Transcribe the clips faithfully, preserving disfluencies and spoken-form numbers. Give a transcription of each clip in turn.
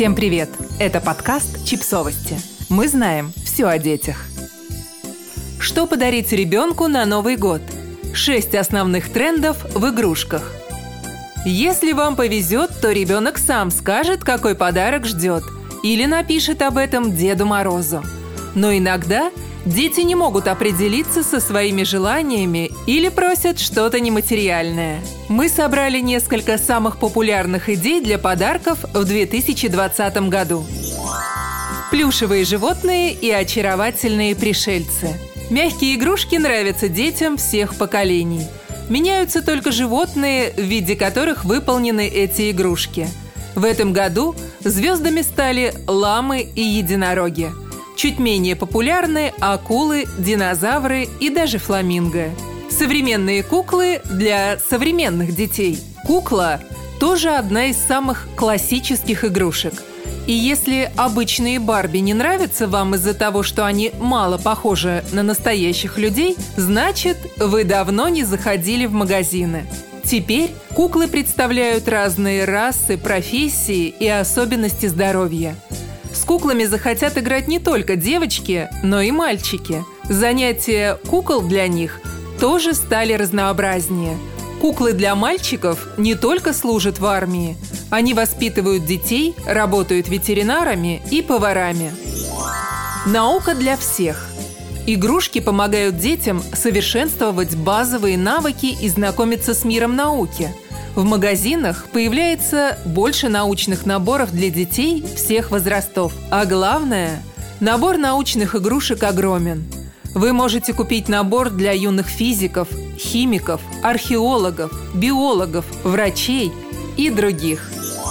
Всем привет! Это подкаст «Чипсовости». Мы знаем все о детях. Что подарить ребенку на Новый год? Шесть основных трендов в игрушках. Если вам повезет, то ребенок сам скажет, какой подарок ждет, или напишет об этом Деду Морозу. Но иногда дети не могут определиться со своими желаниями или просят что-то нематериальное. Мы собрали несколько самых популярных идей для подарков в две тысячи двадцатом году. Плюшевые животные и очаровательные пришельцы. Мягкие игрушки нравятся детям всех поколений. Меняются только животные, в виде которых выполнены эти игрушки. В этом году звездами стали ламы и единороги. Чуть менее популярны акулы, динозавры и даже фламинго. Современные куклы для современных детей. Кукла тоже одна из самых классических игрушек. И если обычные Барби не нравятся вам из-за того, что они мало похожи на настоящих людей, значит, вы давно не заходили в магазины. Теперь куклы представляют разные расы, профессии и особенности здоровья. С куклами захотят играть не только девочки, но и мальчики. Занятия кукол для них тоже стали разнообразнее. Куклы для мальчиков не только служат в армии. Они воспитывают детей, работают ветеринарами и поварами. Наука для всех. Игрушки помогают детям совершенствовать базовые навыки и знакомиться с миром науки. В магазинах появляется больше научных наборов для детей всех возрастов. А главное, набор научных игрушек огромен. Вы можете купить набор для юных физиков, химиков, археологов, биологов, врачей и других.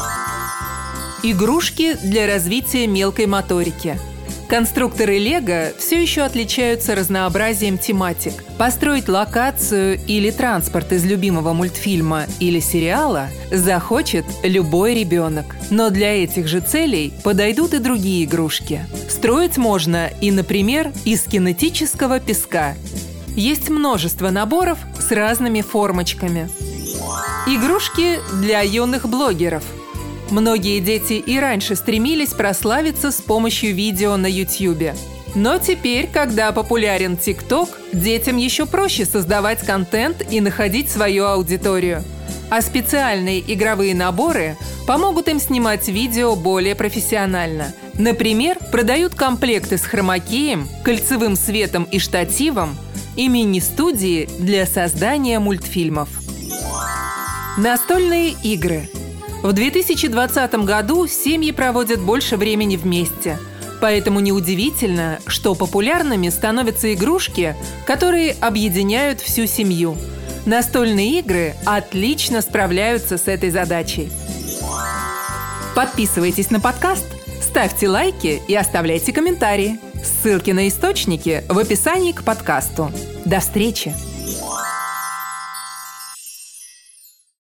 Игрушки для развития мелкой моторики. Конструкторы Лего все еще отличаются разнообразием тематик. Построить локацию или транспорт из любимого мультфильма или сериала захочет любой ребенок. Но для этих же целей подойдут и другие игрушки. Строить можно и, например, из кинетического песка. Есть множество наборов с разными формочками. Игрушки для юных блогеров. Многие дети и раньше стремились прославиться с помощью видео на ютьюбе. Но теперь, когда популярен тик-ток, детям еще проще создавать контент и находить свою аудиторию. А специальные игровые наборы помогут им снимать видео более профессионально. Например, продают комплекты с хромакеем, кольцевым светом и штативом и мини-студии для создания мультфильмов. Настольные игры. В две тысячи двадцатом году семьи проводят больше времени вместе. Поэтому неудивительно, что популярными становятся игрушки, которые объединяют всю семью. Настольные игры отлично справляются с этой задачей. Подписывайтесь на подкаст, ставьте лайки и оставляйте комментарии. Ссылки на источники в описании к подкасту. До встречи!